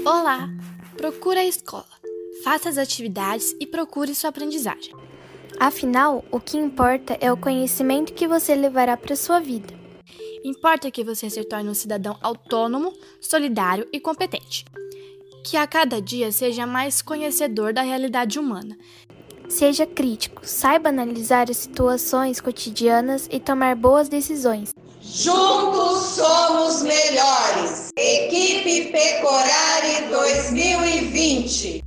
Olá! Procure a escola, faça as atividades e procure sua aprendizagem. Afinal, o que importa é o conhecimento que você levará para sua vida. Importa que você se torne um cidadão autônomo, solidário e competente. Que a cada dia seja mais conhecedor da realidade humana. Seja crítico, saiba analisar as situações cotidianas e tomar boas decisões. Juntos somos melhores! Equipe Pecorari 2020